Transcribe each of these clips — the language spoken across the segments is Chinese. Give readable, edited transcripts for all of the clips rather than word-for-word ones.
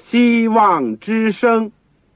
希望之声。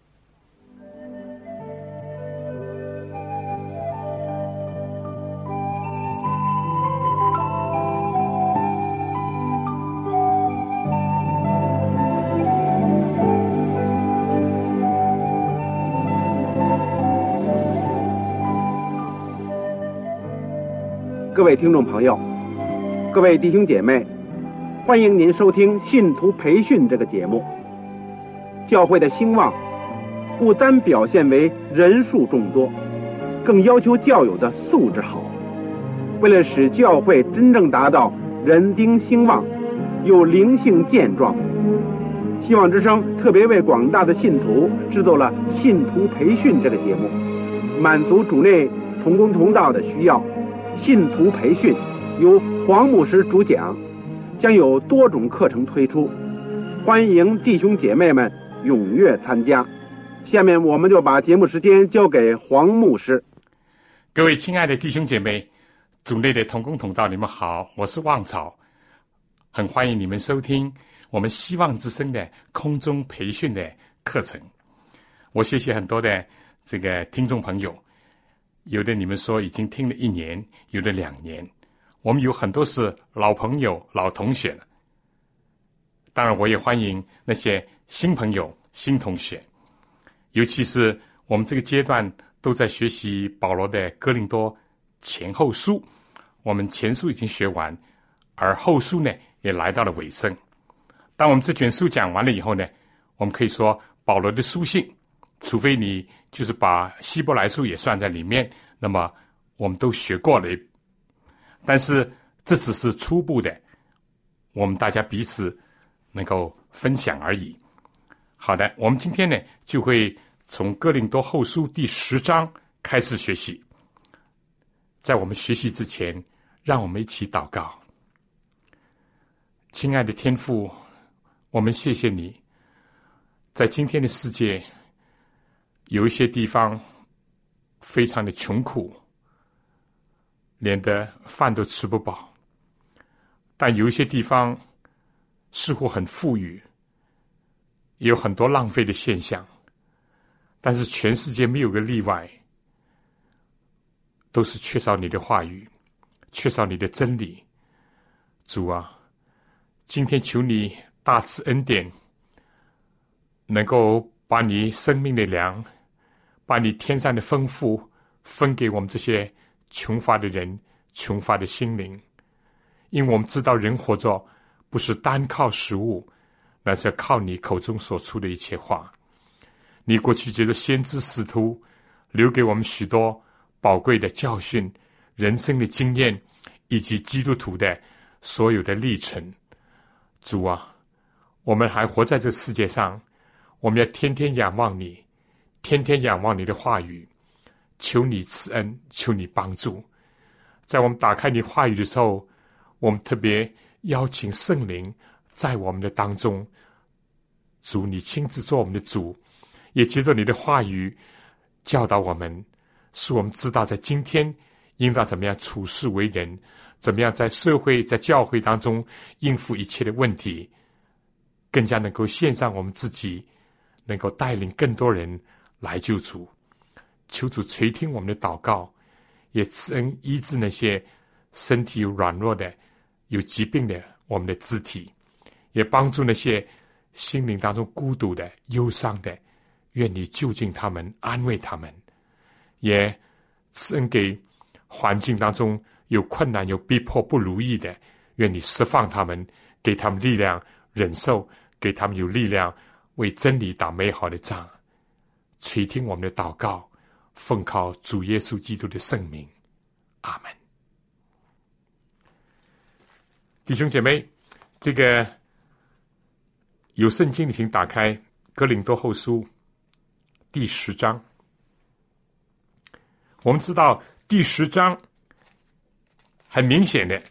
各位听众朋友，各位弟兄姐妹，欢迎您收听信徒培训这个节目。教会的兴旺不单表现为人数众多，更要求教友的素质好。为了使教会真正达到人丁兴旺又灵性健壮，希望之声特别为广大的信徒制作了信徒培训这个节目，满足主内同工同道的需要。信徒培训由黄牧师主讲，将有多种课程推出，欢迎弟兄姐妹们踊跃参加。下面我们就把节目时间交给黄牧师。 各位亲爱的弟兄姐妹，主内的同工同道，你们好，我是旺草，很欢迎你们收听我们希望之声的空中培训的课程。我谢谢很多的这个听众朋友，有的你们说已经听了1年，有的2年，我们有很多是老朋友、老同学了。当然，我也欢迎那些新朋友、新同学，尤其是我们这个阶段都在学习保罗的哥林多前后书，我们前书已经学完，而后书呢也来到了尾声。当我们这卷书讲完了以后呢，我们可以说保罗的书信，除非你就是把希伯来书也算在里面，那么我们都学过了。但是这只是初步的，我们大家彼此能够分享而已。好的，我们今天呢就会从哥林多后书第10章开始学习。在我们学习之前，让我们一起祷告。亲爱的天父，我们谢谢你，在今天的世界有一些地方非常的穷苦，连的饭都吃不饱，但有一些地方似乎很富裕，也有很多浪费的现象，但是全世界没有个例外，都是缺少你的话语，缺少你的真理。主啊，今天求你大慈恩典，能够把你生命的粮，把你天上的丰富分给我们这些穷乏的人、穷乏的心灵。因为我们知道人活着不是单靠食物，那是要靠你口中所出的一切话。你过去借着先知使徒留给我们许多宝贵的教训、人生的经验，以及基督徒的所有的历程。主啊，我们还活在这世界上，我们要天天仰望你，天天仰望你的话语，求你赐恩，求你帮助。在我们打开你话语的时候，我们特别邀请圣灵在我们的当中。主，你亲自做我们的主，也借着你的话语教导我们，使我们知道在今天应当怎么样处事为人，怎么样在社会、在教会当中应付一切的问题，更加能够献上我们自己，能够带领更多人来救主。求主垂听我们的祷告，也赐恩医治那些身体有软弱的、有疾病的我们的肢体，也帮助那些心灵当中孤独的、忧伤的，愿你就近他们，安慰他们，也赐恩给环境当中有困难、有逼迫、不如意的，愿你释放他们，给他们力量忍受，给他们有力量为真理打美好的仗。垂听我们的祷告，奉靠主耶稣基督的圣名，阿们。弟兄姐妹，这个有圣经的请打开哥林多后书第10章。我们知道第10章很明显的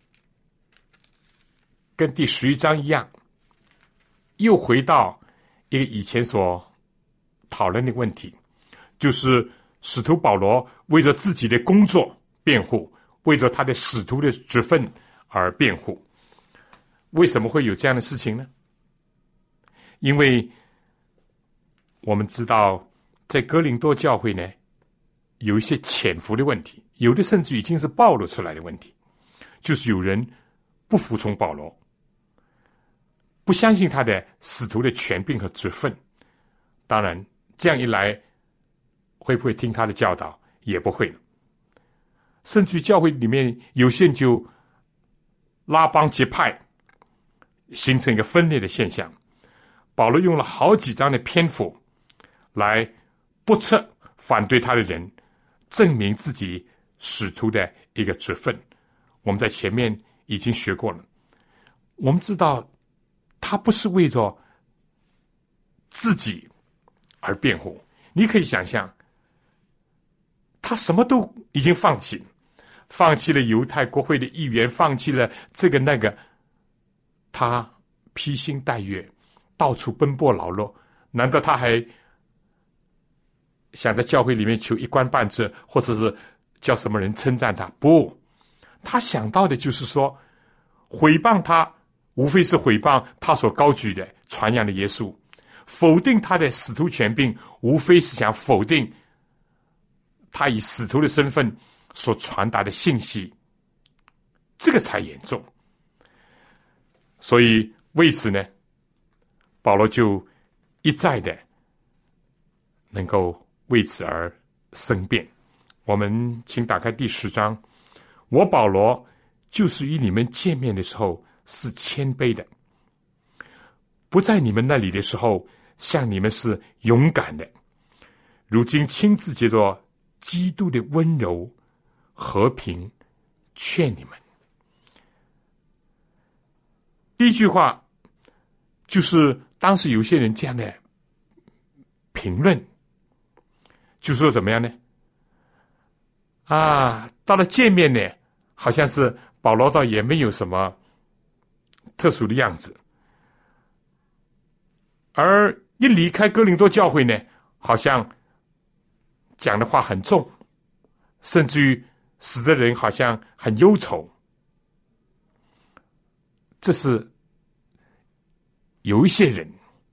跟第11章一样，又回到一个以前所讨论的问题，就是使徒保罗为着自己的工作辩护，为着他的使徒的职分而辩护。为什么会有这样的事情呢？ 因为我们知道在哥林多教会呢，有一些潜伏的问题，有的甚至已经是暴露出来的问题，就是有人不服从保罗，不相信他的使徒的权柄和职分。当然这样一来，会不会听他的教导？也不会了。甚至教会里面有些人就拉帮结派，形成一个分裂的现象。保罗用了好几章的篇幅来不测反对他的人，证明自己使徒的一个职分。我们在前面已经学过了，我们知道他不是为着自己而辩护。你可以想象，他什么都已经放弃了，放弃了犹太国会的议员，放弃了这个那个，他披星戴月，到处奔波劳碌。难道他还想在教会里面求一官半职，或者是叫什么人称赞他？不，他想到的就是说，毁谤他无非是毁谤他所高举的传扬的耶稣，否定他的使徒权柄无非是想否定他以使徒的身份所传达的信息，这个才严重。所以为此呢，保罗就一再的能够为此而申辩。我们请打开第10章。我保罗就是与你们见面的时候是谦卑的，不在你们那里的时候像你们是勇敢的，如今亲自借着基督的温柔和平劝你们。第一句话就是当时有些人这样的评论，就说怎么样呢？到了见面呢，好像是保罗倒也没有什么特殊的样子，而一离开哥林多教会呢，好像讲的话很重，甚至于使得人好像很忧愁。这是有一些人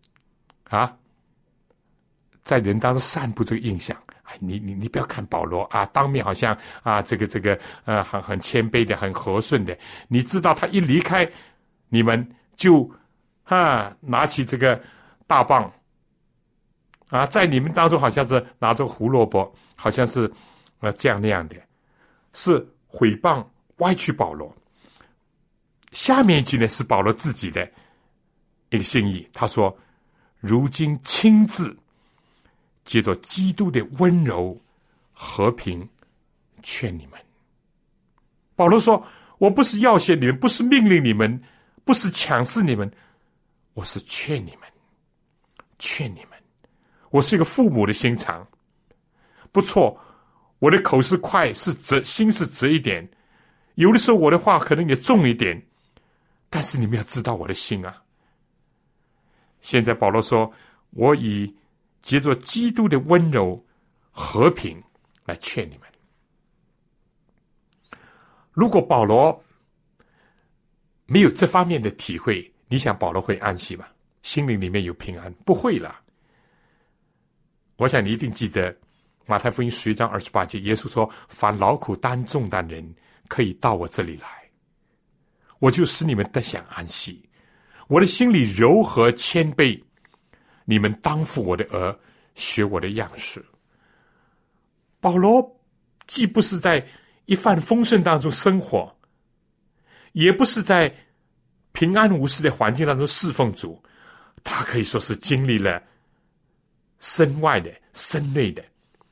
在人当中散布这个印象。你不要看保罗当面好像这个很谦卑的，很和顺的，你知道他一离开你们就拿起这个大棒在你们当中好像是拿着胡萝卜，好像是这样那样的，是毁谤歪曲保罗。下面一句呢是保罗自己的一个心意，他说如今亲自借着基督的温柔和平劝你们。保罗说，我不是要挟你们，不是命令你们，不是强势你们，我是劝你们，劝你们。我是一个父母的心肠，不错，我的口是快，是直，心是直一点，有的时候我的话可能也重一点，但是你们要知道我的心啊。现在保罗说，我以借着基督的温柔和平来劝你们。如果保罗没有这方面的体会，你想保罗会安息吗？心灵里面有平安？不会啦。我想你一定记得马太福音11章28节，耶稣说，凡劳苦担重担人可以到我这里来，我就使你们得享安息。我的心里柔和谦卑，你们当负我的軛，学我的样式。保罗既不是在一帆风顺当中生活，也不是在平安无事的环境当中侍奉主，他可以说是经历了身外的身内的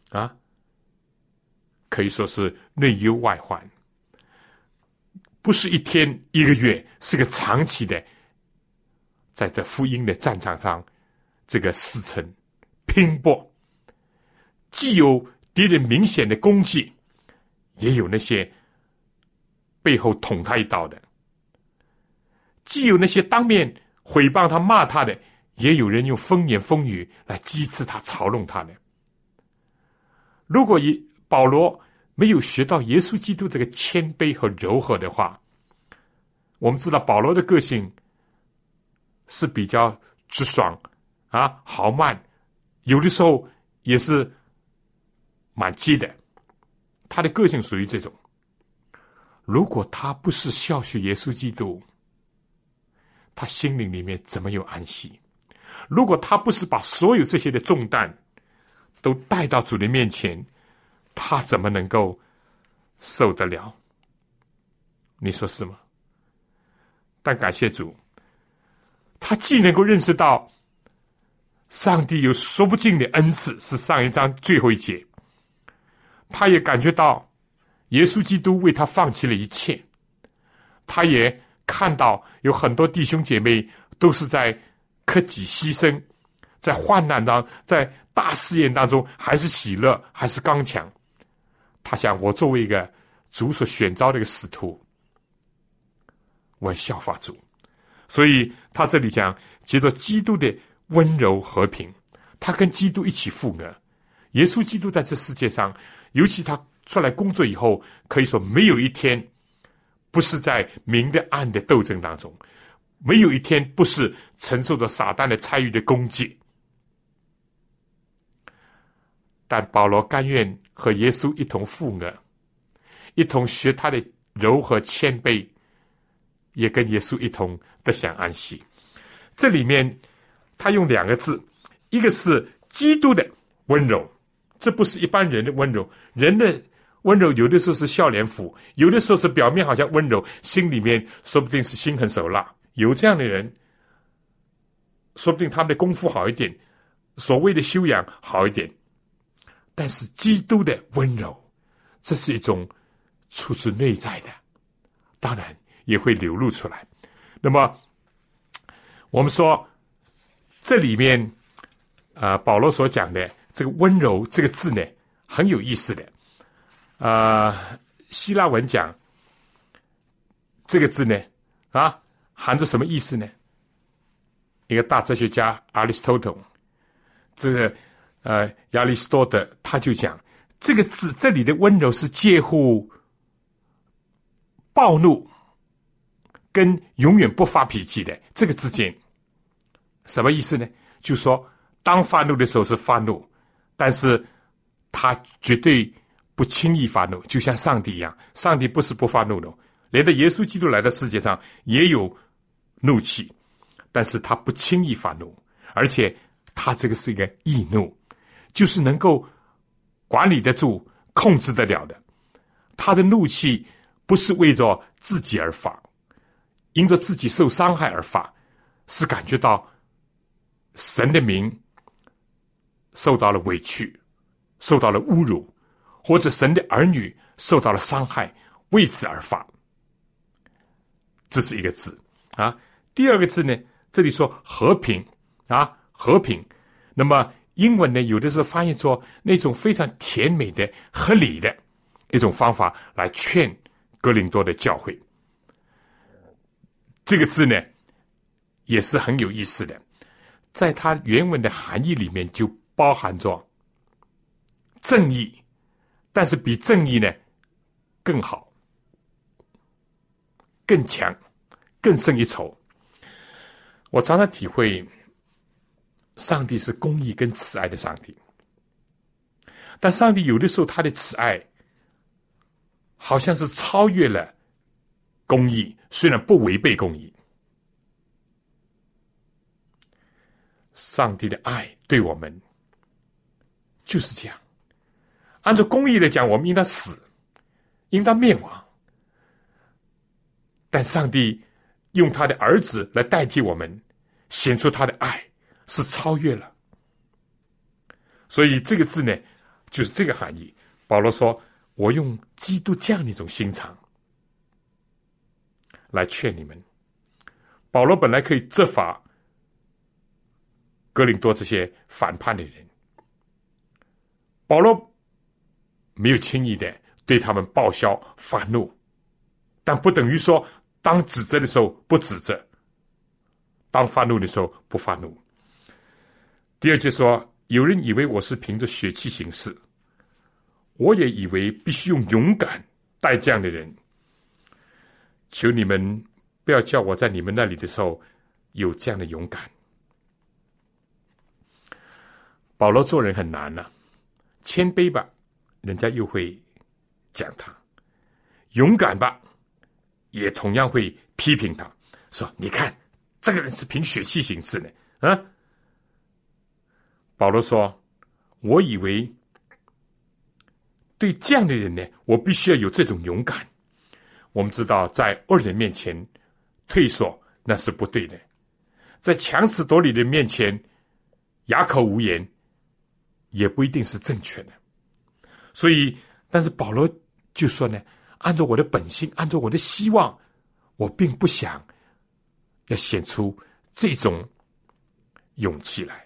可以说是内忧外患，不是一天一个月，是个长期的在这福音的战场上这个厮撑拼搏，既有敌人明显的攻击，也有那些背后捅他一刀的，既有那些当面毁谤他骂他的，也有人用风言风语来讥刺他嘲弄他的。如果保罗没有学到耶稣基督这个谦卑和柔和的话，我们知道保罗的个性是比较直爽啊，豪迈，有的时候也是蛮激的。他的个性属于这种。如果他不是效学耶稣基督，他心灵里面怎么有安息？如果他不是把所有这些的重担都带到主的面前，他怎么能够受得了？你说是吗？但感谢主，他既能够认识到上帝有说不尽的恩赐，是上一章最后一节，他也感觉到耶稣基督为他放弃了一切，他也看到有很多弟兄姐妹都是在克己牺牲，在患难当，在大试验当中还是喜乐，还是刚强。他想，我作为一个主所选召的一个使徒，我要效法主。所以他这里讲，借着基督的温柔和平，他跟基督一起负軛。耶稣基督在这世界上，尤其他出来工作以后，可以说没有一天不是在明的暗的斗争当中，没有一天不是承受着撒旦的参与的攻击。但保罗甘愿和耶稣一同负軛，一同学他的柔和谦卑，也跟耶稣一同得享安息。这里面他用两个字，一个是基督的温柔，这不是一般人的温柔。人的温柔有的时候是笑脸虎，有的时候是表面好像温柔，心里面说不定是心狠手辣。有这样的人，说不定他们的功夫好一点，所谓的修养好一点。但是基督的温柔，这是一种出自内在的，当然也会流露出来。那么我们说这里面保罗所讲的这个温柔这个字呢，很有意思的。希腊文讲这个字呢，含着什么意思呢？一个大哲学家亚里士多德，这个亚里士多德他就讲，这个字这里的温柔是介乎暴怒跟永远不发脾气的这个之间。什么意思呢？就说当发怒的时候是发怒，但是他绝对不轻易发怒，就像上帝一样。上帝不是不发怒的，连到耶稣基督来到世界上也有怒气，但是他不轻易发怒，而且他这个是一个易怒，就是能够管理得住、控制得了的。他的怒气不是为着自己而发，因着自己受伤害而发，是感觉到神的名受到了委屈，受到了侮辱，或者神的儿女受到了伤害，为此而发。这是一个字第二个字呢，这里说和平和平。那么英文呢，有的时候翻译作那种非常甜美的、合理的一种方法来劝哥林多的教会。这个字呢，也是很有意思的，在它原文的含义里面就包含着正义，但是比正义呢更好、更强、更胜一筹。我常常体会，上帝是公义跟慈爱的上帝，但上帝有的时候他的慈爱好像是超越了公义，虽然不违背公义。上帝的爱对我们就是这样，按照公义来讲，我们应当死，应当灭亡，但上帝用他的儿子来代替我们，显出他的爱是超越了。所以这个字呢，就是这个含义。保罗说，我用基督这样的一种心肠来劝你们。保罗本来可以责罚哥林多这些反叛的人，保罗没有轻易的对他们报销发怒，但不等于说当指责的时候不指责，当发怒的时候不发怒。第二节说，有人以为我是凭着血气行事，我也以为必须用勇敢待这样的人。求你们不要叫我在你们那里的时候有这样的勇敢。 保罗做人很难啊，谦卑吧，人家又会讲他；勇敢吧，也同样会批评他，说你看这个人是凭血气行事的啊。保罗说，我以为对这样的人呢，我必须要有这种勇敢。我们知道在恶人面前退缩那是不对的，在强词夺理的面前哑口无言也不一定是正确的。所以但是保罗就说呢，按照我的本性，按照我的希望，我并不想要显出这种勇气来。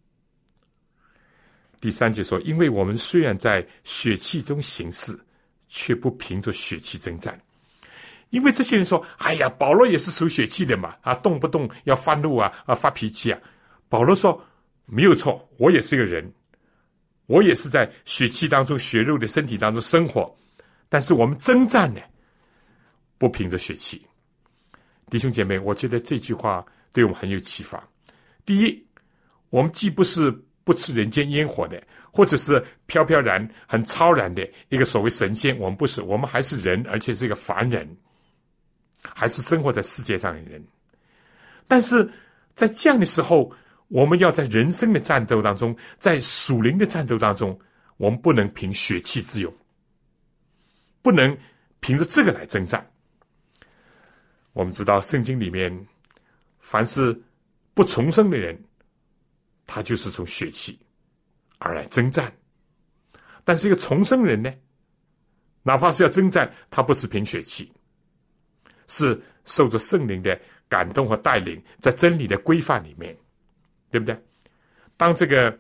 第3节说，因为我们虽然在血气中行事，却不凭着血气征战。因为这些人说，哎呀，保罗也是属血气的嘛，动不动要发怒发脾气啊。保罗说，没有错，我也是个人，我也是在血气当中、血肉的身体当中生活，但是我们征战呢，不凭着血气。弟兄姐妹，我觉得这句话对我们很有启发。第一，我们既不是不吃人间烟火的，或者是飘飘然很超然的一个所谓神仙，我们不是，我们还是人，而且是一个凡人，还是生活在世界上的人。但是在这样的时候，我们要在人生的战斗当中，在属灵的战斗当中，我们不能凭血气之勇，不能凭着这个来征战。我们知道圣经里面，凡是不重生的人，他就是从血气而来征战。但是一个重生人呢，哪怕是要征战，他不是凭血气，是受着圣灵的感动和带领，在真理的规范里面，对不对？当这个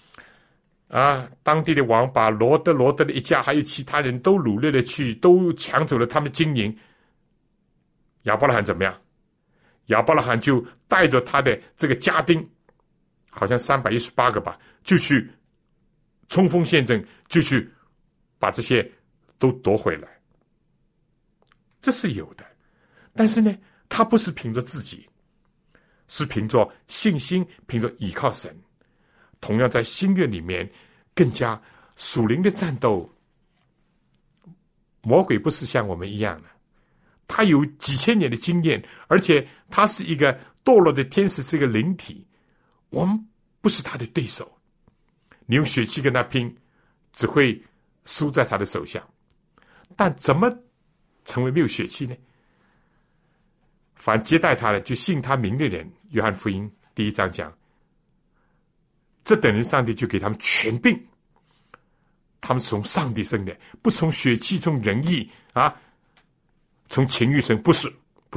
当地的王把罗德的一家还有其他人都掳掠了去，都抢走了他们金银，亚伯拉罕怎么样？亚伯拉罕就带着他的这个家丁，好像318个吧，就去冲锋陷阵，就去把这些都夺回来。这是有的，但是呢，他不是凭着自己，是凭着信心，凭着倚靠神。同样在新约里面，更加属灵的战斗，魔鬼不是像我们一样的，他有几千年的经验，而且他是一个堕落的天使，是一个灵体，我们不是他的对手。你用血气跟他拼，只会输在他的手下。但怎么成为没有血气呢？凡接待他的，就信他名的人，约翰福音第1章讲，这等人上帝就给他们权柄，他们是从上帝生的，不从血气，从仁义从情欲生，不是。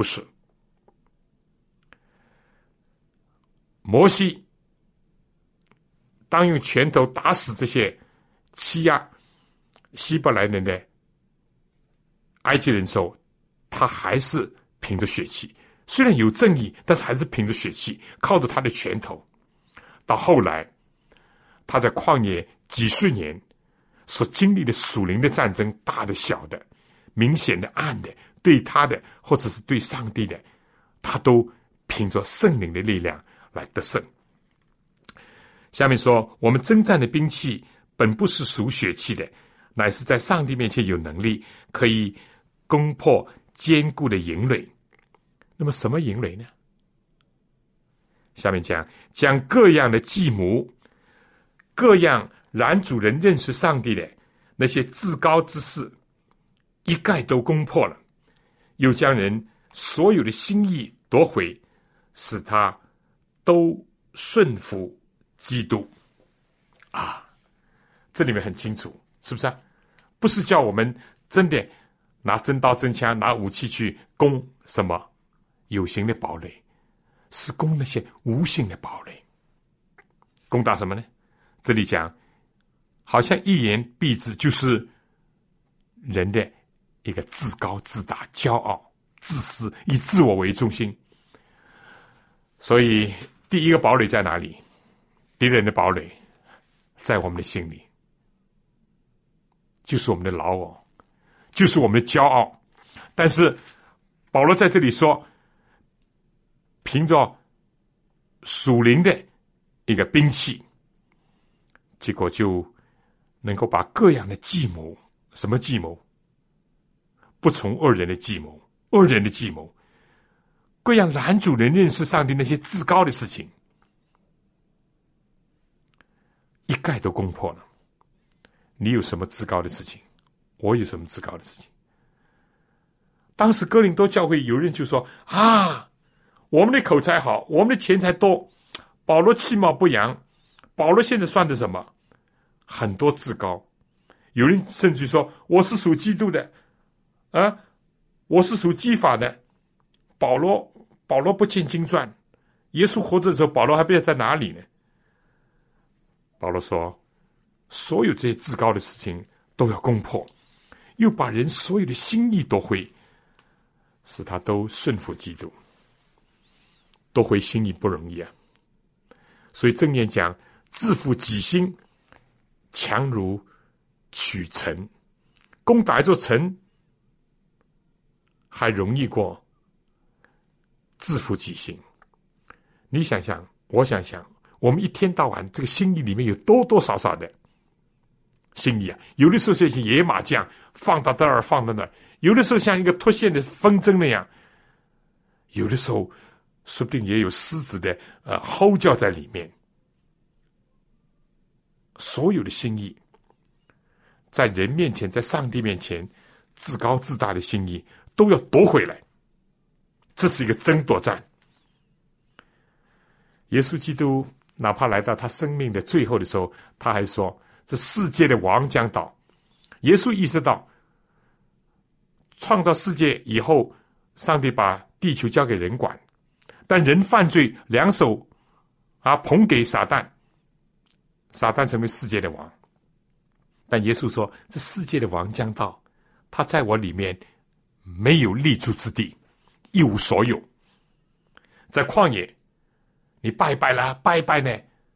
摩西当用拳头打死这些欺压希伯来人的埃及人时候，他还是凭着血气，虽然有正义，但是还是凭着血气，靠着他的拳头。到后来他在旷野几十年所经历的属灵的战争，大的小的，明显的暗的，对他的或者是对上帝的，他都凭着圣灵的力量来得胜。下面说，我们征战的兵器本不是属血气的，乃是在上帝面前有能力，可以攻破坚固的营垒。那么什么营垒呢？下面讲各样的计谋，各样拦阻人认识上帝的那些自高之事，一概都攻破了，又将人所有的心意夺回，使他都顺服基督。这里面很清楚，是不是不是叫我们真的拿真刀真枪拿武器去攻什么有形的堡垒，是攻那些无形的堡垒。攻打什么呢？这里讲好像一言蔽之，就是人的一个自高自大、骄傲、自私，以自我为中心。所以第一个堡垒在哪里？敌人的堡垒在我们的心里，就是我们的老我，就是我们的骄傲。但是保罗在这里说，凭着属灵的一个兵器， 结果就能够把各样的计谋，什么计谋？不从恶人的计谋，恶人的计谋，各样拦阻人认识上帝那些至高的事情，一概都攻破了。你有什么至高的事情？我有什么至高的事情？当时哥林多教会有人就说啊，我们的口才好，我们的钱财多，保罗其貌不扬，保罗现在算的什么？很多至高。有人甚至说我是属基督的啊，我是属基法的。保罗不见经传，耶稣活着的时候，保罗还不知道在哪里呢。保罗说，所有这些至高的事情都要攻破，又把人所有的心意夺回，使他都顺服基督。夺回心意不容易啊，所以箴言讲，自负己心，强如取城。攻打一座城还容易过自负己心。你想想，我想想，我们一天到晚这个心意里面有多多少少的心意啊！有的时候像野马这样放到这儿放到那儿，有的时候像一个脱线的风筝那样，有的时候说不定也有狮子的吼叫在里面。所有的心意在人面前，在上帝面前，自高自大的心意都要夺回来，这是一个争夺战。耶稣基督哪怕来到他生命的最后的时候，他还说这世界的王将到。耶稣意识到创造世界以后，上帝把地球交给人管，但人犯罪，两手捧给撒旦，撒旦成为世界的王。但耶稣说这世界的王将到，他在我里面没有立足之地，一无所有。在旷野你拜拜了，拜拜呢，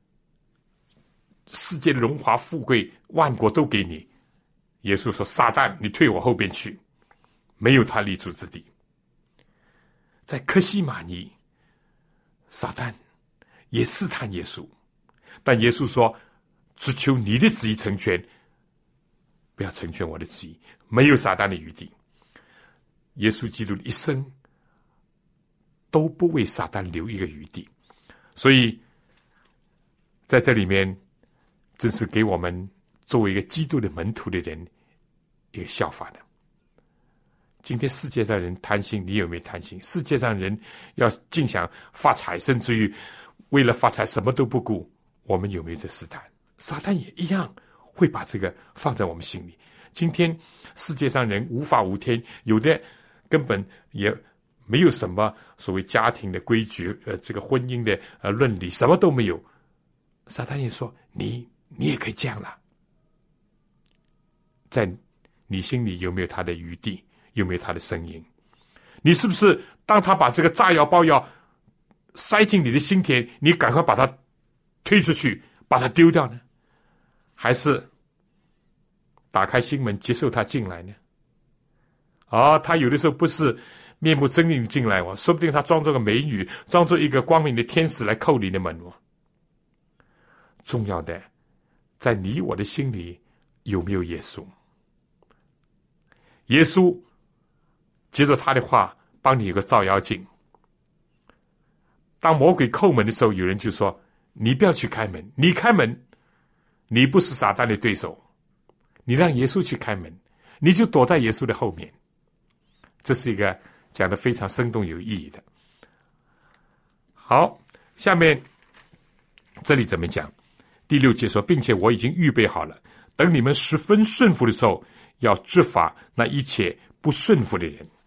世界的荣华富贵万国都给你。耶稣说，撒旦你退我后边去，没有他立足之地。在客西马尼，撒旦也试探耶稣，但耶稣说，只求你的旨意成全，不要成全我的旨意，没有撒旦的余地。耶稣基督的一生都不为撒旦留一个余地。所以在这里面真是给我们作为一个基督的门徒的人一个效法的。今天世界上人贪心，你有没有贪心？世界上人要尽想发财，甚至于为了发财什么都不顾，我们有没有这试探？撒旦也一样会把这个放在我们心里。今天世界上人无法无天，有的根本也没有什么所谓家庭的规矩，这个婚姻的伦理，什么都没有。撒旦也说，你也可以这样了。在你心里有没有他的余地？有没有他的声音？你是不是当他把这个炸药包要塞进你的心田，你赶快把它推出去，把它丢掉呢？还是打开心门接受他进来呢？他有的时候不是面目狰狞进来，说不定他装作个美女，装作一个光明的天使来叩你的门。重要的，在你我的心里有没有耶稣？耶稣接着他的话帮你有个照妖镜。当魔鬼叩门的时候，有人就说，你不要去开门，你开门，你不是撒旦的对手，你让耶稣去开门，你就躲在耶稣的后面。这是一个讲得非常生动有意义的。好，下面这里怎么讲？第6节说，并且我已经预备好了，等你们十分顺服的时候，要治罚那一切不顺服的人。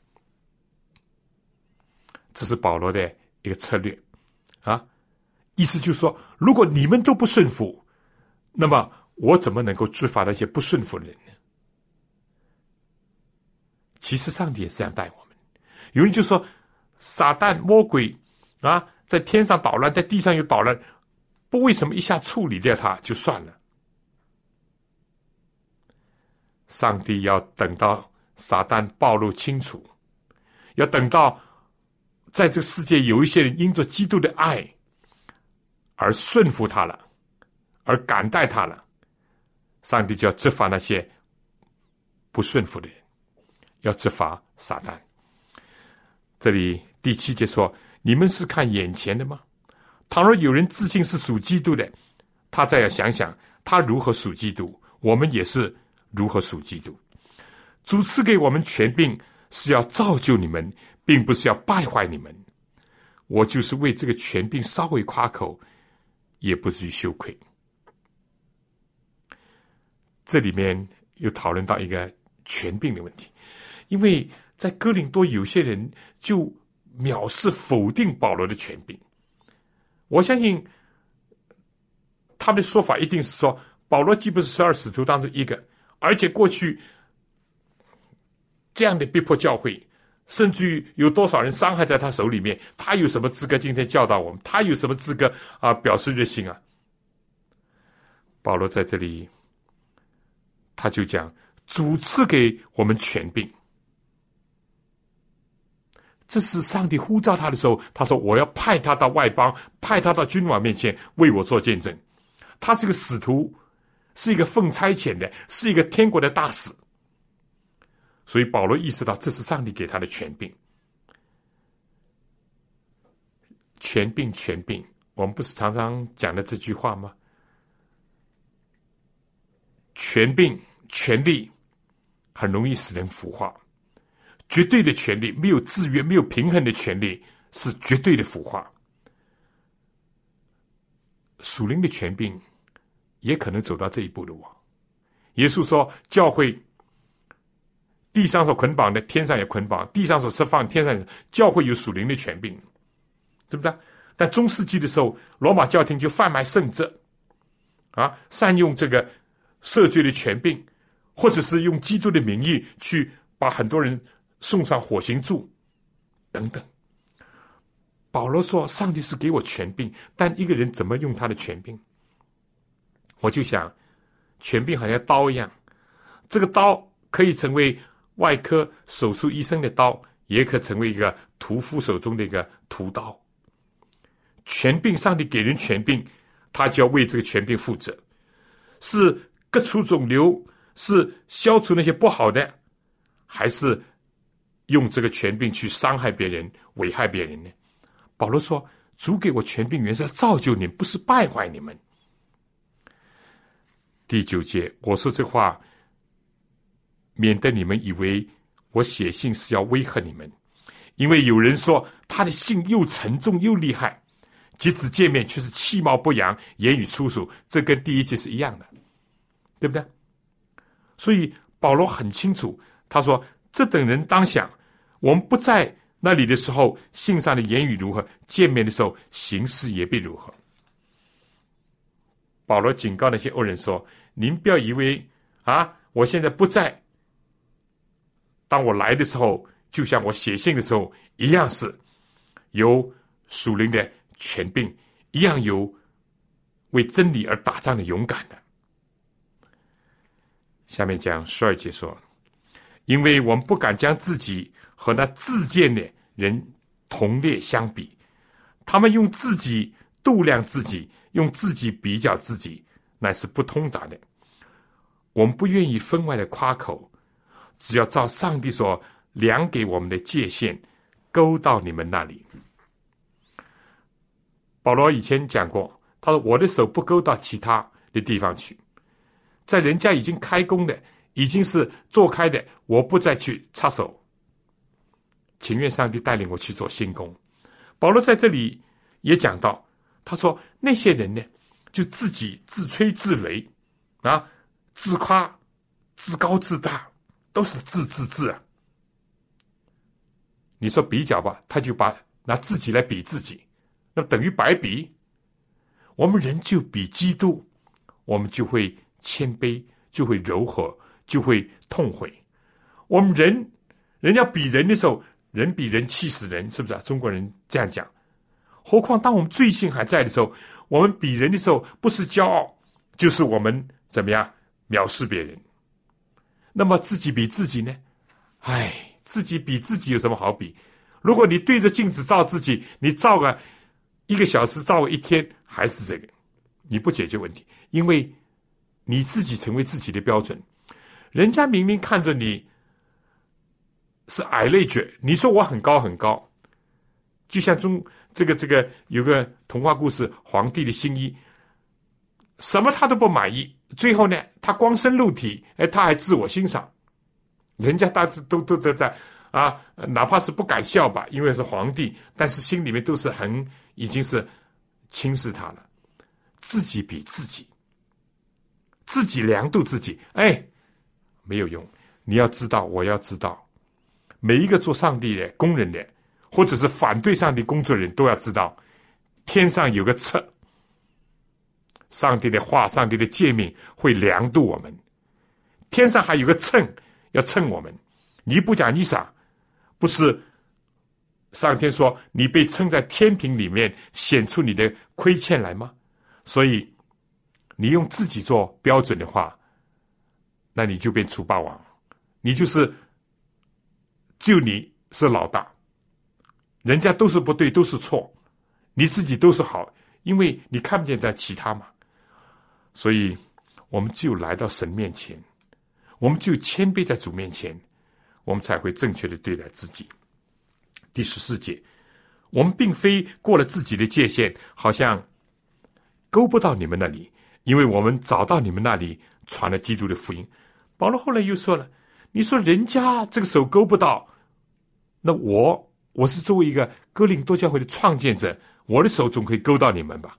这是保罗的一个策略意思就是说，如果你们都不顺服，那么我怎么能够治罚那些不顺服的人呢？其实上帝也是这样待我们。有人就说，撒旦魔鬼在天上捣乱，在地上又捣乱，不为什么一下处理掉他就算了？上帝要等到撒旦暴露清楚，要等到在这个世界有一些人因着基督的爱而顺服他了，而感戴他了， 上帝就要责罚那些不顺服的人，要责罚撒旦。这里第7节说：你们是看眼前的吗？倘若有人自信是属基督的，他再要想想他如何属基督，我们也是如何属基督。主赐给我们权柄，是要造就你们，并不是要败坏你们。我就是为这个权柄稍微夸口，也不至于羞愧。这里面又讨论到一个权柄的问题，因为在哥林多有些人就藐视否定保罗的权柄。我相信他们的说法一定是说，保罗既不是12使徒当中一个，而且过去这样的逼迫教会，甚至于有多少人伤害在他手里面，他有什么资格今天教导我们？他有什么资格表示热心啊？保罗在这里他就讲，主赐给我们权柄，这是上帝呼召他的时候，他说我要派他到外邦，派他到君王面前为我做见证。他是个使徒，是一个奉差遣的，是一个天国的大使。所以保罗意识到这是上帝给他的权柄。权柄，权柄，我们不是常常讲的这句话吗？权柄、权力很容易使人腐化。绝对的权力，没有制约、没有平衡的权力，是绝对的腐化。属灵的权柄也可能走到这一步的哦。耶稣说，教会地上所捆绑的，天上也捆绑；地上所释放，天上也。教会有属灵的权柄，对不对？但中世纪的时候，罗马教廷就贩卖圣职，善用这个赦罪的权柄，或者是用基督的名义去把很多人送上火刑柱等等。保罗说，上帝是给我权柄，但一个人怎么用他的权柄？我就想，权柄好像刀一样，这个刀可以成为外科手术医生的刀，也可成为一个屠夫手中的一个屠刀。权柄，上帝给人权柄，他就要为这个权柄负责，是割除肿瘤，是消除那些不好的，还是用这个权柄去伤害别人、危害别人呢？保罗说，主给我权柄原是要造就你们，不是败坏你们。第9节，我说这话，免得你们以为我写信是要威吓你们，因为有人说他的信又沉重又厉害，即使见面却是气貌不扬，言语粗俗，这跟第1节是一样的，对不对？所以保罗很清楚，他说，这等人当想，我们不在那里的时候，信上的言语如何，见面的时候行事也必如何。保罗警告那些恶人说，您不要以为我现在不在，当我来的时候，就像我写信的时候一样，是有属灵的权柄，一样有为真理而打仗的勇敢的。下面讲12节说，因为我们不敢将自己和那自荐的人同列相比，他们用自己度量自己，用自己比较自己，乃是不通达的。我们不愿意分外的夸口，只要照上帝所量给我们的界限，勾到你们那里。保罗以前讲过，他说，我的手不勾到其他的地方去，在人家已经开工的，已经是做开的，我不再去插手，情愿上帝带领我去做新工。保罗在这里也讲到，他说那些人呢，就自己自吹自擂自夸自高自大，都是自啊。你说比较吧，他就拿自己来比自己，那等于白比。我们人就比基督，我们就会谦卑，就会柔和，就会痛悔。我们人要比人的时候，人比人气死人，是不是中国人这样讲。何况当我们罪性还在的时候，我们比人的时候，不是骄傲，就是我们怎么样藐视别人。那么自己比自己呢？自己比自己有什么好比？如果你对着镜子照自己，你照个1个小时，照个1天，还是这个，你不解决问题，因为你自己成为自己的标准。人家明明看着你是矮了一截，你说我很高很高。就像这个有个童话故事，皇帝的新衣，什么他都不满意，最后呢，他光身露体，他还自我欣赏。人家大家都在啊，哪怕是不敢笑吧，因为是皇帝，但是心里面都是已经是轻视他了。自己比自己，自己量度自己，没有用。你要知道，我要知道，每一个做上帝的工人的，或者是反对上帝工作的人都要知道，天上有个测，上帝的话，上帝的诫命会量度我们。天上还有个秤，要称我们。尼布甲尼撒不是上天说你被称在天平里面显出你的亏欠来吗？所以你用自己做标准的话，那你就变楚霸王，你就你是老大，人家都是不对，都是错，你自己都是好，因为你看不见在其他嘛。所以我们只有来到神面前，我们只有谦卑在主面前，我们才会正确的对待自己。第14节，我们并非过了自己的界限，好像勾不到你们那里，因为我们找到你们那里传了基督的福音。保罗后来又说了，你说人家这个手勾不到，那我是作为一个哥林多教会的创建者，我的手总可以勾到你们吧。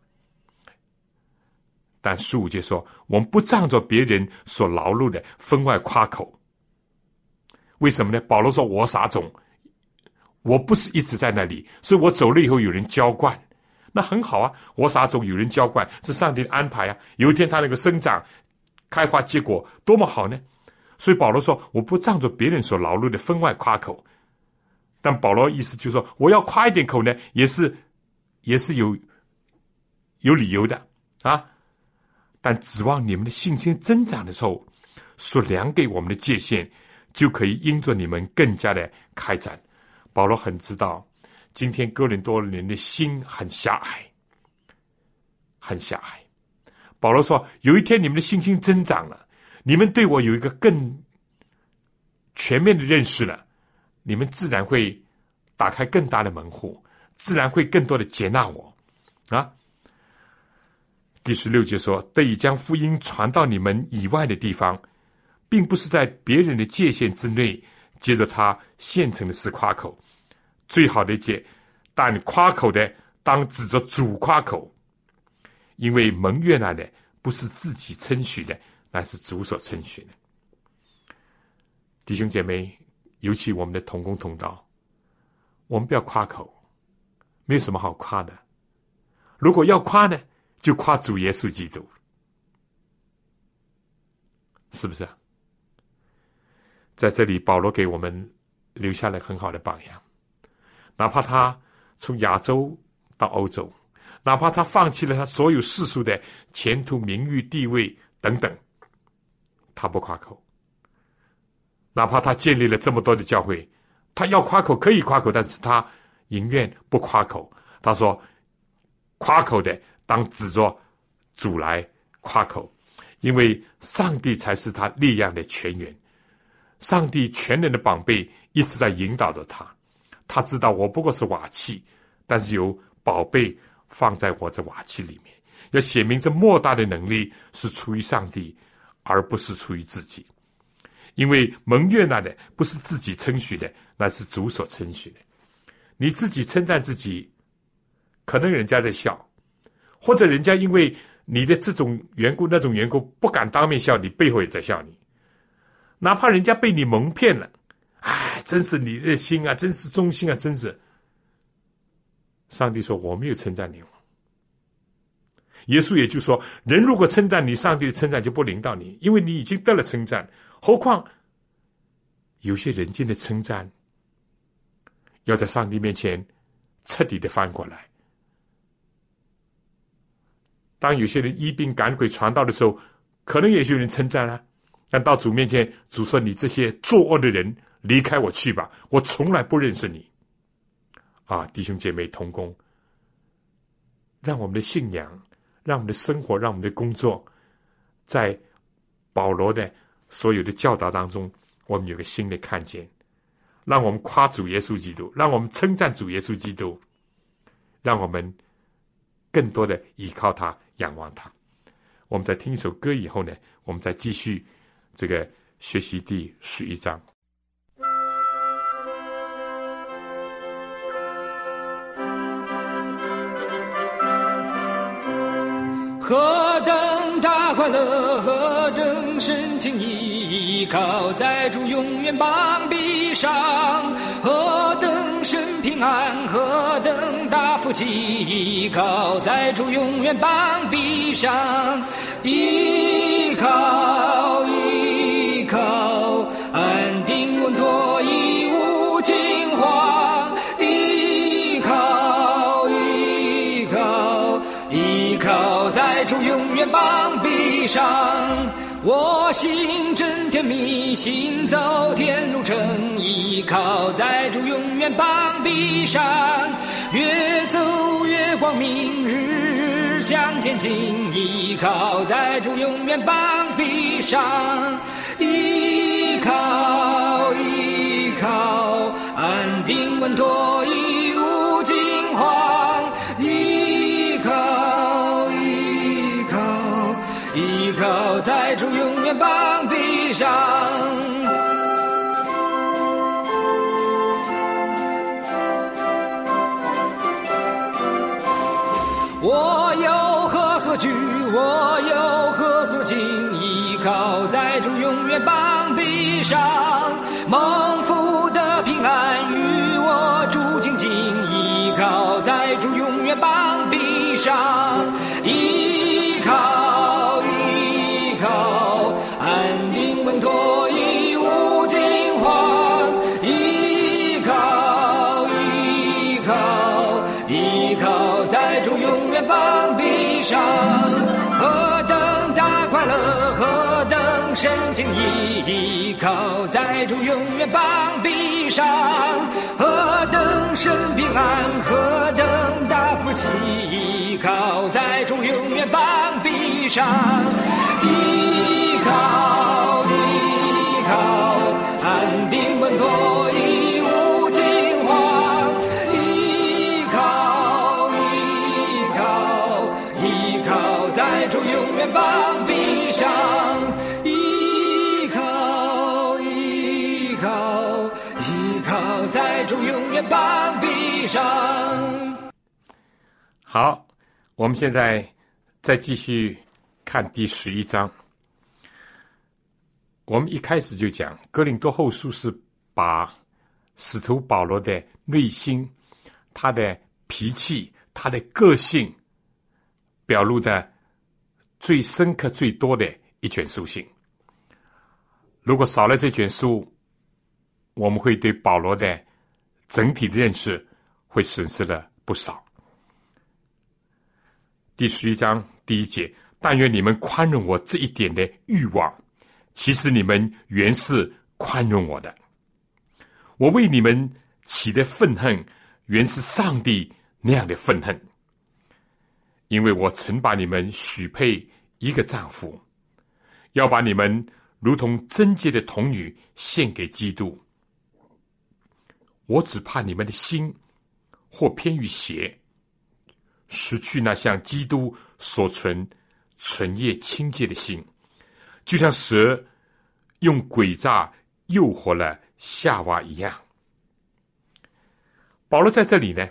但15节说，我们不仗着别人所劳碌的分外夸口。为什么呢？保罗说，我撒种，我不是一直在那里，所以我走了以后有人浇灌，那很好啊，我撒种有人浇灌，是上帝的安排啊。有一天他那个生长开花结果多么好呢？所以保罗说，我不仗着别人所劳碌的分外夸口。但保罗意思就是说，我要夸一点口呢，也是有理由的啊。但指望你们的信心增长的时候，所量给我们的界限，就可以因着你们更加的开展。保罗很知道，今天哥林多人的心很狭隘，很狭隘。保罗说，有一天你们的信心增长了，你们对我有一个更全面的认识了，你们自然会打开更大的门户，自然会更多的接纳我啊。第16节说，得以将福音传到你们以外的地方，并不是在别人的界限之内，接着他现成的事夸口。最好的解，但夸口的当指着主夸口，因为蒙悦纳的不是自己称许的，乃是主所称许的。弟兄姐妹，尤其我们的同工同道，我们不要夸口，没有什么好夸的。如果要夸呢，就夸主耶稣基督，是不是啊？在这里保罗给我们留下了很好的榜样，哪怕他从亚洲到欧洲，哪怕他放弃了他所有世俗的前途名誉地位等等，他不夸口。哪怕他建立了这么多的教会，他要夸口可以夸口，但是他宁愿不夸口。他说，夸口的当指着主来夸口，因为上帝才是他力量的泉源，上帝全能的宝贝一直在引导着他。他知道我不过是瓦器，但是有宝贝放在我这瓦器里面，要显明这莫大的能力是出于上帝，而不是出于自己。因为蒙悦纳的不是自己称许的，那是主所称许的。你自己称赞自己，可能人家在笑，或者人家因为你的这种缘故那种缘故不敢当面笑你，背后也在笑你。哪怕人家被你蒙骗了，真是你的心啊，真是忠心啊，真是。上帝说，我没有称赞你。耶稣也就说，人如果称赞你，上帝的称赞就不临到你，因为你已经得了称赞。何况有些人间的称赞要在上帝面前彻底的翻过来。当有些人医病赶鬼传道的时候，可能也有人称赞啊，但到主面前，主说，你这些作恶的人，离开我去吧，我从来不认识你。弟兄姐妹同工，让我们的信仰，让我们的生活，让我们的工作，在保罗的所有的教导当中，我们有个新的看见，让我们夸主耶稣基督，让我们称赞主耶稣基督，让我们更多的依靠他，仰望他。我们在听一首歌以后呢，我们再继续这个学习第11章。 何等大快乐，何等深情依靠在主永远膀臂上，何等深平安，何等大福气，依靠在主永远膀臂上，依靠依靠，安定稳妥，一无惊慌，依靠依靠依靠在主永远膀臂上，我心真甜蜜，行走天路程，依靠在主永远膀臂上，越走越光明，日日向前进，依靠在主永远膀臂上，依靠依靠，安定稳妥，一无惊慌，依靠依靠依靠在主永远膀臂上。我有何所惧，我有何所惊，依靠在主永远膀臂上，蒙福的平安与我主紧紧，依靠在主永远膀臂上，依靠依靠，安定稳妥，一无惊慌，依靠依靠依靠在主永远膀臂上，何等大快乐，何等深情依靠在主永远膀臂上，何等深平安，何等大福气，依靠在主永远膀臂上，依靠依靠，安定稳妥，一无惊慌，依靠依靠依靠在主永远膀臂上，依靠依靠依靠在主永远膀臂上。 好，我们现在再继续看第11章。我们一开始就讲哥林多后书是把使徒保罗的内心，他的脾气，他的个性表露的最深刻最多的一卷书信。如果少了这卷书，我们会对保罗的整体的认识会损失了不少。第11章第1节，但愿你们宽容我这一点的欲望，其实你们原是宽容我的。我为你们起的愤恨，原是上帝那样的愤恨，因为我曾把你们许配一个丈夫，要把你们如同贞洁的童女献给基督。我只怕你们的心或偏于邪，失去那像基督所存纯业清洁的心，就像蛇用诡诈诱惑了夏娃一样。保罗在这里呢，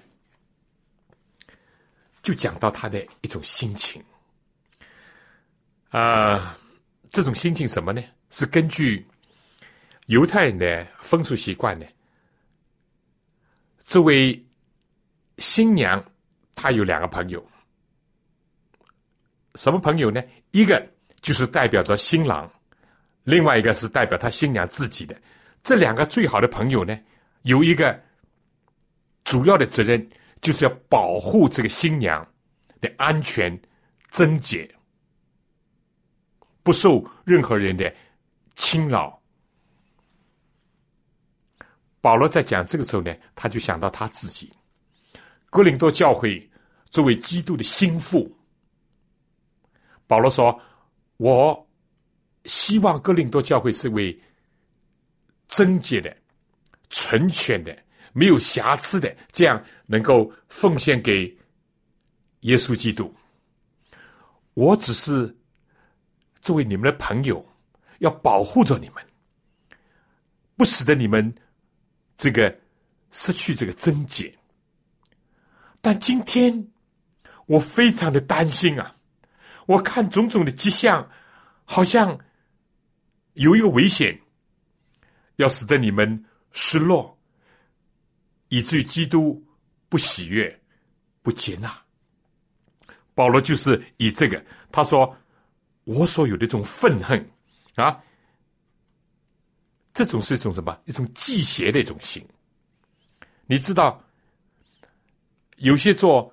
就讲到他的一种心情。这种心情什么呢？是根据犹太人的风俗习惯呢，这位新娘她有2个朋友。什么朋友呢？一个就是代表着新郎，另外一个是代表他新娘自己的。这2个最好的朋友呢，有一个主要的责任，就是要保护这个新娘的安全贞洁，不受任何人的侵扰。保罗在讲这个时候呢，他就想到他自己。哥林多教会作为基督的心腹，保罗说，我希望哥林多教会是为贞洁的、纯全的、没有瑕疵的，这样能够奉献给耶稣基督。我只是作为你们的朋友，要保护着你们，不使得你们这个失去这个贞洁。但今天我非常的担心啊，我看种种的迹象，好像有一个危险，要使得你们失落，以至于基督不喜悦、不接纳。保罗就是以这个，他说我所有的这种愤恨啊，这种是一种什么？一种忌邪的一种心。你知道，有些做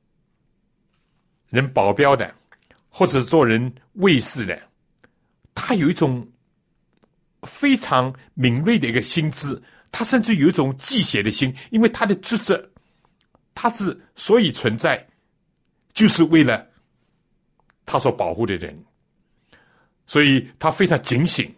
人保镖的，或者做人卫士的，他有一种非常敏锐的一个心智，他甚至有一种忌邪的心，因为他的职责，他之所以存在，就是为了他所保护的人，所以他非常警醒。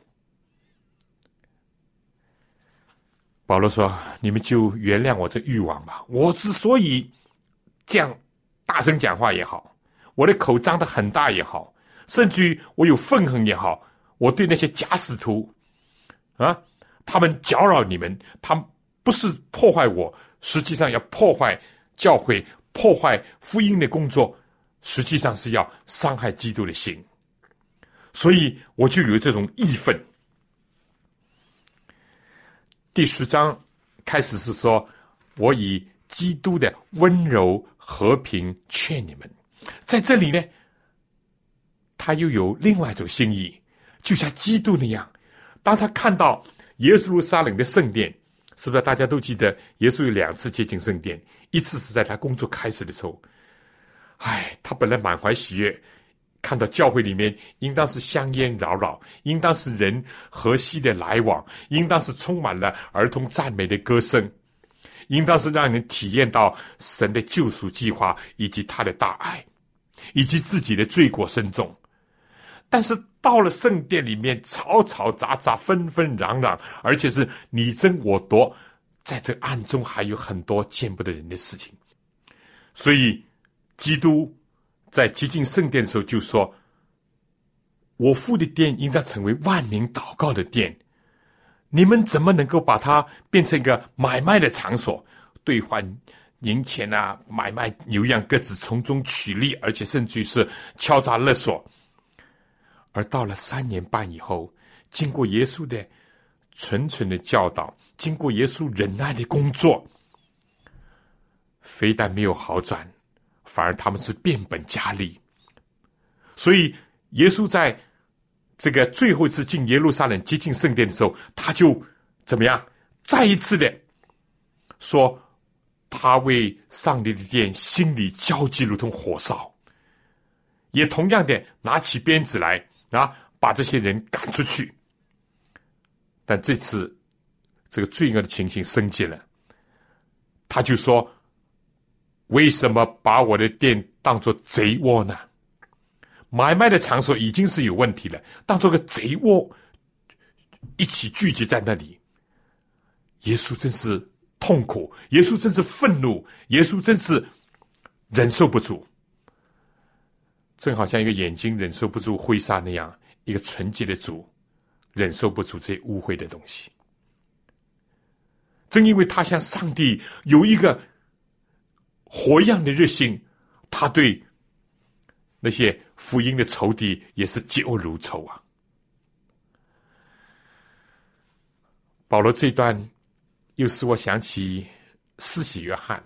保罗说：“你们就原谅我这欲望吧。我之所以这样大声讲话也好，我的口张得很大也好，甚至于我有愤恨也好，我对那些假使徒啊，他们搅扰你们，他们不是破坏我，实际上要破坏教会，破坏福音的工作，实际上是要伤害基督的心。所以我就有这种义愤。”第10章开始是说，我以基督的温柔和平劝你们。在这里呢，他又有另外一种心意，就像基督那样，当他看到耶路撒冷的圣殿，是不是大家都记得耶稣有2次接近圣殿，一次是在他工作开始的时候，他本来满怀喜悦，看到教会里面应当是香烟缭绕，应当是人和谐的来往，应当是充满了儿童赞美的歌声，应当是让人体验到神的救赎计划，以及他的大爱，以及自己的罪过深重。但是到了圣殿里面，吵吵杂杂，纷纷攘攘，而且是你争我夺，在这暗中还有很多见不得人的事情。所以基督在接近圣殿的时候就说，我父的殿应当成为万民祷告的殿，你们怎么能够把它变成一个买卖的场所，兑换银钱啊，买卖牛羊鸽子，从中取利，而且甚至于是敲诈勒索。而到了3年半以后，经过耶稣的纯的教导，经过耶稣忍耐的工作，非但没有好转，反而他们是变本加厉。所以耶稣在这个最后一次进耶路撒冷接近圣殿的时候，他就怎么样，再一次的说，他为上帝的殿心里焦急如同火烧，也同样的拿起鞭子来把这些人赶出去。但这次这个罪恶的情形升级了，他就说，为什么把我的殿当作贼窝呢？买卖的场所已经是有问题了，当作个贼窝一起聚集在那里。耶稣真是痛苦，耶稣真是愤怒，耶稣真是忍受不住，正好像一个眼睛忍受不住灰沙那样，一个纯洁的主忍受不住这些污秽的东西。正因为他向上帝有一个火一样的热心，他对那些福音的仇敌也是嫉恶如仇啊。保罗这段又使我想起施洗约翰，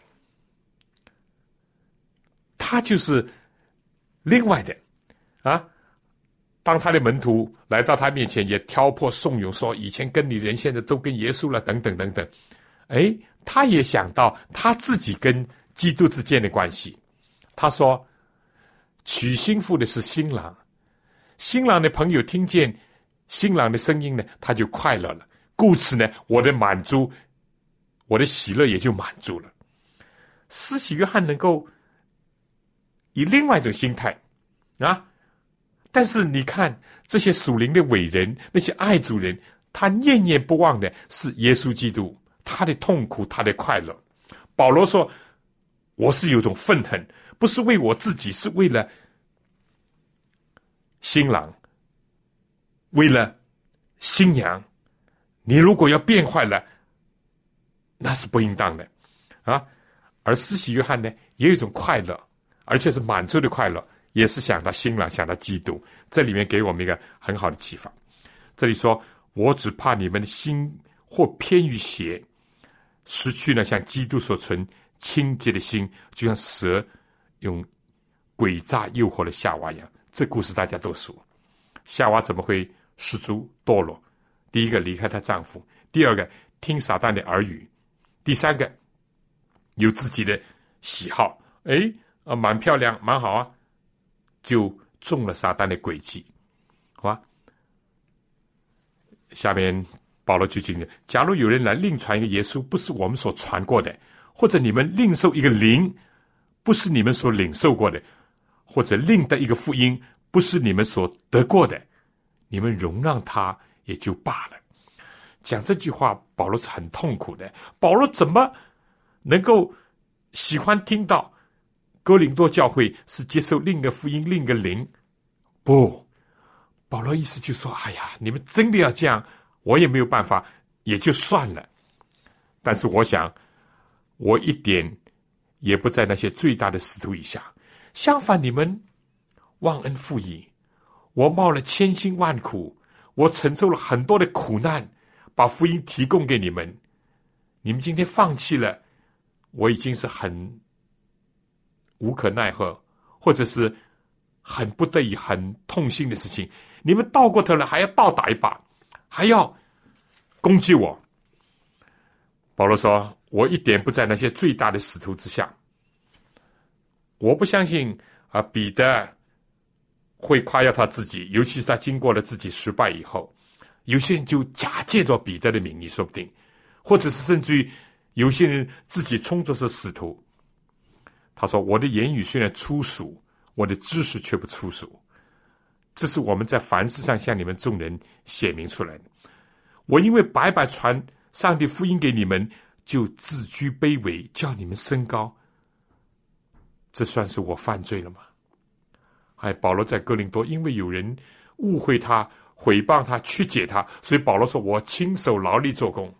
他就是另外的当他的门徒来到他面前，也挑破颂咏说，以前跟你人现在都跟耶稣了，等等等等。他也想到他自己跟基督之间的关系。他说，娶新妇的是新郎，新郎的朋友听见新郎的声音呢，他就快乐了，故此呢，我的满足，我的喜乐也就满足了。施洗约翰能够以另外一种心态但是你看这些属灵的伟人，那些爱主人，他念念不忘的是耶稣基督，他的痛苦，他的快乐。保罗说，我是有种愤恨，不是为我自己，是为了新郎，为了新娘。你如果要变坏了，那是不应当的啊。而施洗约翰呢，也有一种快乐，而且是满足的快乐，也是想到新郎，想到基督。这里面给我们一个很好的启发。这里说，我只怕你们的心或偏于邪，失去了像基督所存清洁的心，就像蛇用诡诈诱惑了夏娃一样。这故事大家都熟。夏娃怎么会失足堕落？第一个离开她丈夫，第二个听撒旦的耳语，第三个有自己的喜好，蛮漂亮，蛮好啊，就中了撒旦的诡计，好吧？下面保罗就讲了，假如有人来另传一个耶稣，不是我们所传过的，或者你们另受一个灵，不是你们所领受过的，或者另得一个福音，不是你们所得过的，你们容让他也就罢了。讲这句话，保罗是很痛苦的。保罗怎么能够喜欢听到哥林多教会是接受另一个福音，另一个灵？不，保罗意思就说，哎呀，你们真的要这样，我也没有办法，也就算了。但是我想，我一点也不在那些最大的使徒以下。相反，你们忘恩负义，我冒了千辛万苦，我承受了很多的苦难，把福音提供给你们。你们今天放弃了，我已经是很无可奈何，或者是很不得已、很痛心的事情。你们倒过头来还要倒打一把，还要攻击我。保罗说，我一点不在那些最大的使徒之下。我不相信彼得会夸耀他自己，尤其是他经过了自己失败以后，有些人就假借着彼得的名义，说不定，或者是甚至于有些人自己充作是使徒。他说，我的言语虽然粗俗，我的知识却不粗俗，这是我们在凡事上向你们众人显明出来的。我因为白白传上帝福音给你们，就自居卑微，叫你们升高，这算是我犯罪了吗？保罗在哥林多，因为有人误会他、毁谤他、曲解他，所以保罗说，我亲手劳力做工。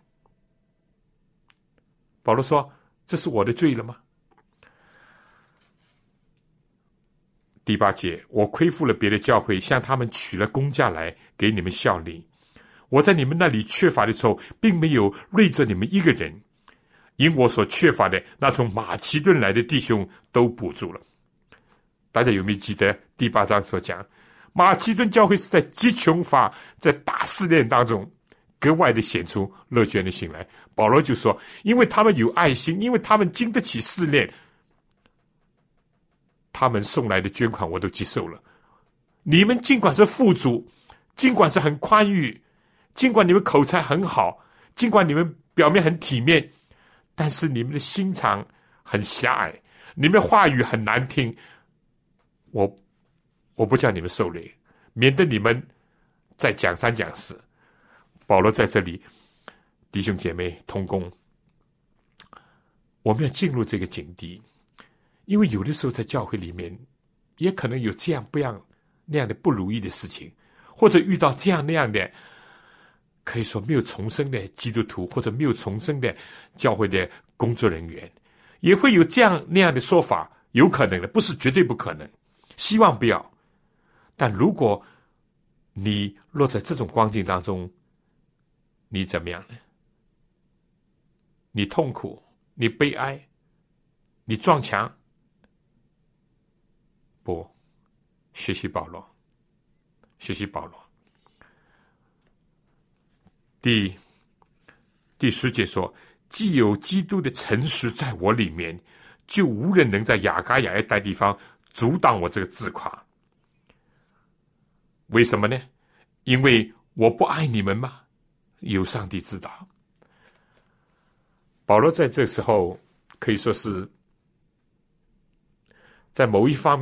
保罗说，这是我的罪了吗？第8节，我亏负了别的教会，向他们取了工价来给你们效力。我在你们那里缺乏的时候，并没有累着你们一个人，因我所缺乏的，那从马其顿来的弟兄都补助了。大家有没有记得第8章所讲，马其顿教会是在极穷乏、在大试炼当中格外的显出乐捐的心来。保罗就说，因为他们有爱心，因为他们经得起试炼，他们送来的捐款我都接受了。你们尽管是富足，尽管是很宽裕，尽管你们口才很好，尽管你们表面很体面，但是你们的心肠很狭隘，你们的话语很难听。我不叫你们受累，免得你们再讲三讲四。保罗在这里，弟兄姐妹同工，我们要进入这个境地，因为有的时候在教会里面也可能有这样不样那样的不如意的事情，或者遇到这样那样的可以说没有重生的基督徒，或者没有重生的教会的工作人员，也会有这样那样的说法，有可能的，不是绝对不可能，希望不要。但如果你落在这种光景当中，你怎么样呢？你痛苦，你悲哀，你撞墙？不，学习保罗，学习保罗。第10节说，既有基督的诚实在我里面，就无人能在亚该亚一带地方阻挡我这个自夸。为什么呢？因为我不爱你们吗？有上帝知道。保罗在这时候可以说是在某一方面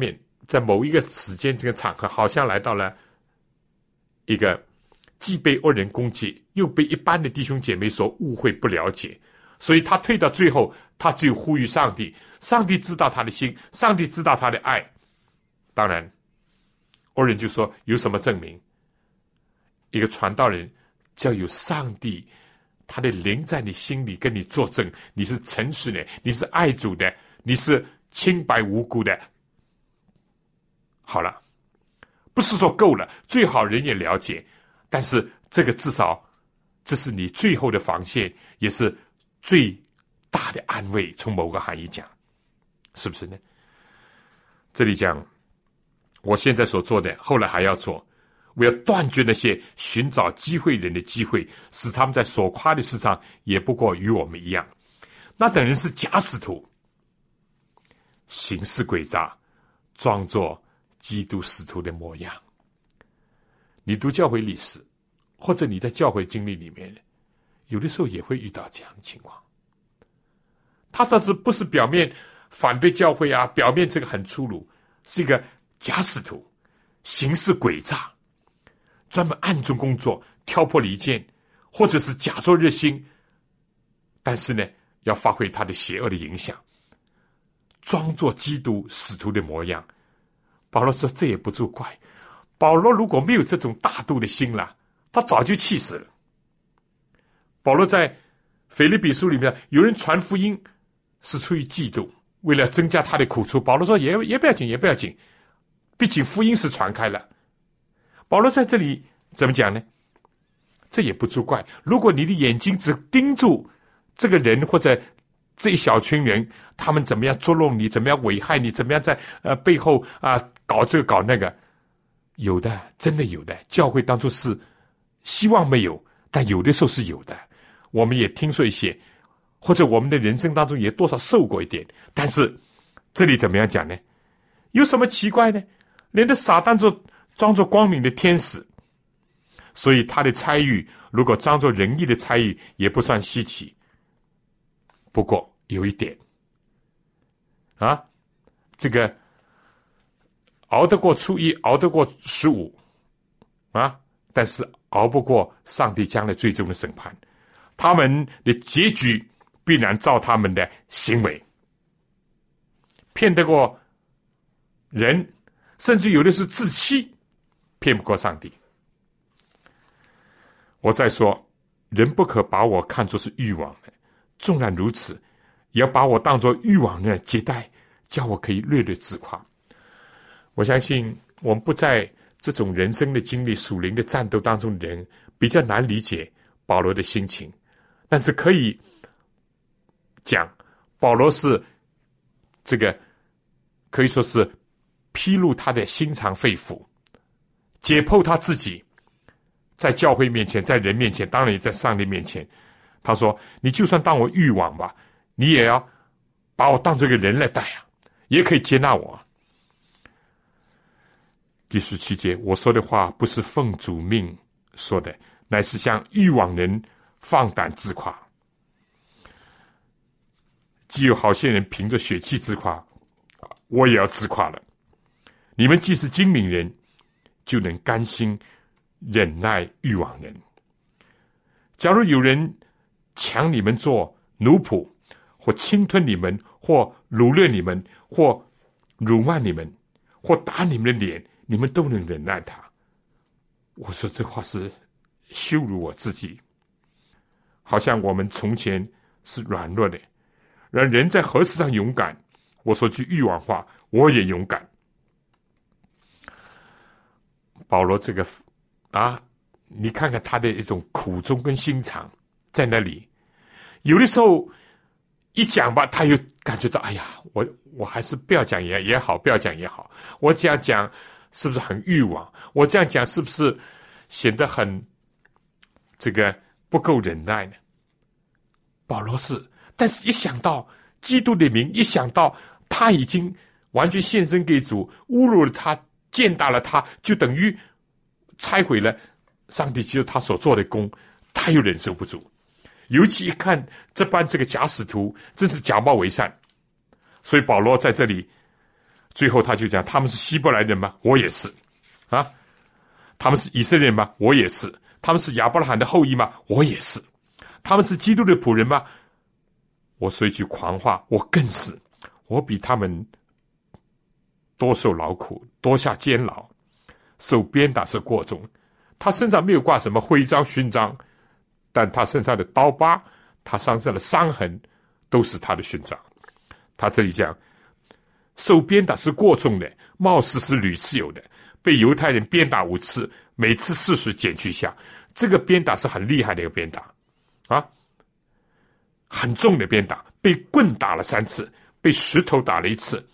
在某一个时间这个场合，好像来到了一个既被恶人攻击，又被一般的弟兄姐妹所误会不了解，所以他退到最后，他只有呼吁上帝，上帝知道他的心，上帝知道他的爱。当然恶人就说，有什么证明？一个传道人只要有上帝他的灵在你心里跟你作证，你是诚实的，你是爱主的，你是清白无辜的。好了，不是说够了，最好人也了解，但是这个至少这是你最后的防线，也是最大的安慰，从某个含义讲，是不是呢？这里讲我现在所做的后来还要做，我要断绝那些寻找机会人的机会，使他们在所夸的事上也不过与我们一样。那等人是假使徒，行事诡诈，装作基督使徒的模样。你读教会历史，或者你在教会经历里面，有的时候也会遇到这样的情况。他倒是不是表面反对教会啊，表面这个很粗鲁，是一个假使徒，行事诡诈，专门暗中工作，挑拨离间，或者是假作热心，但是呢，要发挥他的邪恶的影响，装作基督使徒的模样。保罗说这也不足怪，保罗如果没有这种大度的心啦，他早就气死了。保罗在腓立比书里面，有人传福音是出于嫉妒，为了增加他的苦处，保罗说也不要紧，也不要紧，毕竟福音是传开了。保罗在这里怎么讲呢？这也不足怪，如果你的眼睛只盯住这个人或者这一小群人，他们怎么样捉弄你，怎么样危害你，怎么样在背后搞这个搞那个，有的，真的有的。教会当初是希望没有，但有的时候是有的。我们也听说一些，或者我们的人生当中也多少受过一点。但是这里怎么样讲呢？有什么奇怪呢？连的撒旦装作光明的天使，所以他的差役如果装作仁义的差役，也不算稀奇。不过有一点这个熬得过初一，熬得过15但是熬不过上帝将来最终的审判，他们的结局必然照他们的行为。骗得过人，甚至有的是自欺，骗不过上帝。我再说，人不可把我看作是欲望的，纵然如此，也要把我当作欲望的接待，叫我可以略略自夸。我相信我们不在这种人生的经历、属灵的战斗当中的人，比较难理解保罗的心情，但是可以讲，保罗是这个可以说是披露他的心肠肺腑，解剖他自己，在教会面前，在人面前，当然也在上帝面前。他说，你就算当我欲望吧，你也要把我当作一个人来待也可以接纳我。第17节，我说的话不是奉主命说的，乃是向欲望人放胆自夸。既有好些人凭着血气自夸，我也要自夸了。你们既是精明人，就能甘心忍耐欲望人。假如有人抢你们做奴仆，或侵吞你们，或掳掠你们，或辱骂你们，或打你们的脸，你们都能忍耐他。我说这话是羞辱我自己，好像我们从前是软弱的，让人在何事上勇敢？我说句欲望话，我也勇敢。保罗这个你看看他的一种苦衷跟心肠在那里。有的时候一讲吧，他又感觉到，哎呀，我还是不要讲也好，不要讲也好。我这样讲是不是很欲望？我这样讲是不是显得很这个不够忍耐呢？保罗是，但是一想到基督的名，一想到他已经完全献身给主，侮辱了他，践踏了他，就等于拆毁了上帝基督他所做的功，他又忍受不住。尤其一看这般这个假使徒真是假冒为善，所以保罗在这里最后他就讲，他们是希伯来人吗？我也是啊。他们是以色列人吗？我也是。他们是亚伯拉罕的后裔吗？我也是。他们是基督的仆人吗？我说一句狂话，我更是。我比他们多受劳苦，多下监牢，受鞭打是过重。他身上没有挂什么徽章勋章，但他身上的刀疤，他身上的伤痕，都是他的勋章。他这里讲，受鞭打是过重的，貌似是屡次有的，被犹太人鞭打5次，每次40减去下。这个鞭打是很厉害的一个鞭打啊，很重的鞭打，被棍打了3次，被石头打了1次。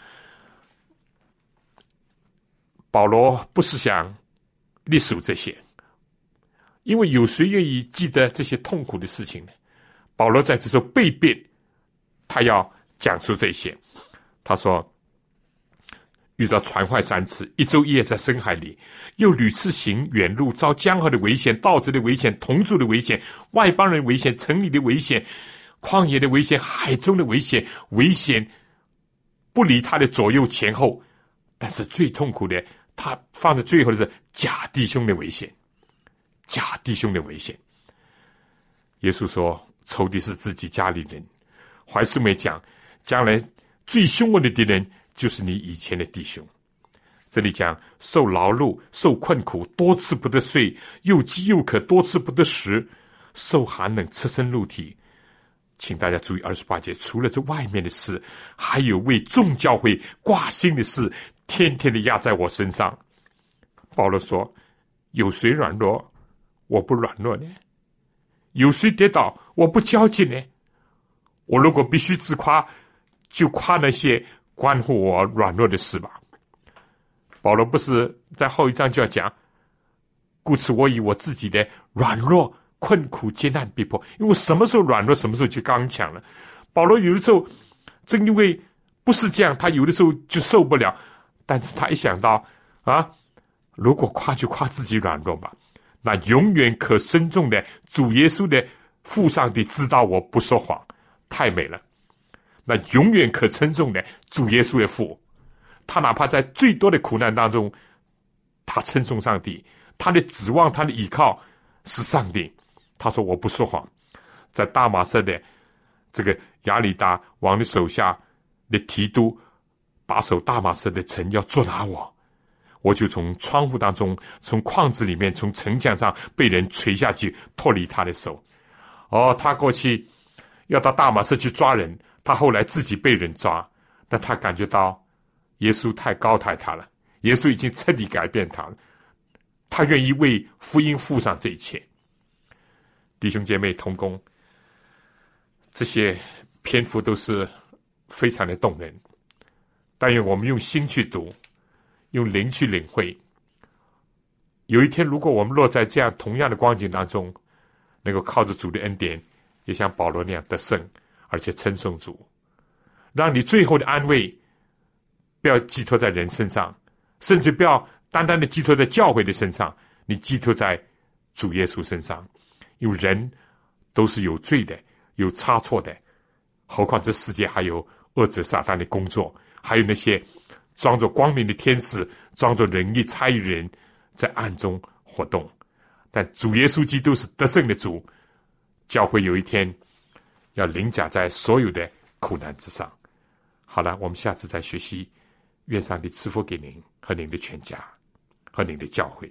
保罗不是想列数这些，因为有谁愿意记得这些痛苦的事情呢？保罗在这时候被辩，他要讲述这些。他说，遇到船坏3次，1昼1夜在深海里，又屡次行远路，遭江河的危险、盗贼的危险、同族的危险、外邦人危险、城里的危险、旷野的危险、海中的危险，危险不离他的左右前后。但是最痛苦的，他放在最后的是假弟兄的危险，假弟兄的危险。耶稣说，仇敌是自己家里人。怀斯美讲，将来最凶恶的敌人就是你以前的弟兄。这里讲受劳碌、受困苦，多次不得睡，又饥又渴，多次不得食，受寒冷，赤身露体。请大家注意28节，除了这外面的事，还有为众教会挂心的事，天天的压在我身上。保罗说，有谁软弱，我不软弱呢？有谁跌倒，我不焦急呢？我如果必须自夸，就夸那些关乎我软弱的事吧。保罗不是在后一章就要讲，故此我以我自己的软弱、困苦、艰难、逼迫，因为我什么时候软弱，什么时候就刚强了。保罗有的时候正因为不是这样，他有的时候就受不了，但是他一想到啊，如果夸就夸自己软弱吧，那永远可深重的主耶稣的父上帝知道我不说谎，太美了。那永远可称颂的主耶稣的父，他哪怕在最多的苦难当中，他称颂上帝，他的指望，他的依靠是上帝。他说我不说谎。在大马色的这个亚里达王的手下的提督把守大马色的城要捉拿我，我就从窗户当中，从框子里面，从城墙上被人垂下去，脱离他的手。他过去要到大马色去抓人，他后来自己被人抓，但他感觉到耶稣太高抬他了，耶稣已经彻底改变他了，他愿意为福音付上这一切。弟兄姐妹同工，这些篇幅都是非常的动人，但愿我们用心去读，用灵去领会。有一天如果我们落在这样同样的光景当中，能够靠着主的恩典，也像保罗那样得胜，而且称颂主，让你最后的安慰不要寄托在人身上，甚至不要单单的寄托在教会的身上，你寄托在主耶稣身上。因为人都是有罪的，有差错的，何况这世界还有恶者撒旦的工作，还有那些装作光明的天使，装作仁义差役人在暗中活动。但主耶稣基督是得胜的主，教会有一天要凌驾在所有的苦难之上。好了，我们下次再学习。愿上帝赐福给您和您的全家和您的教会。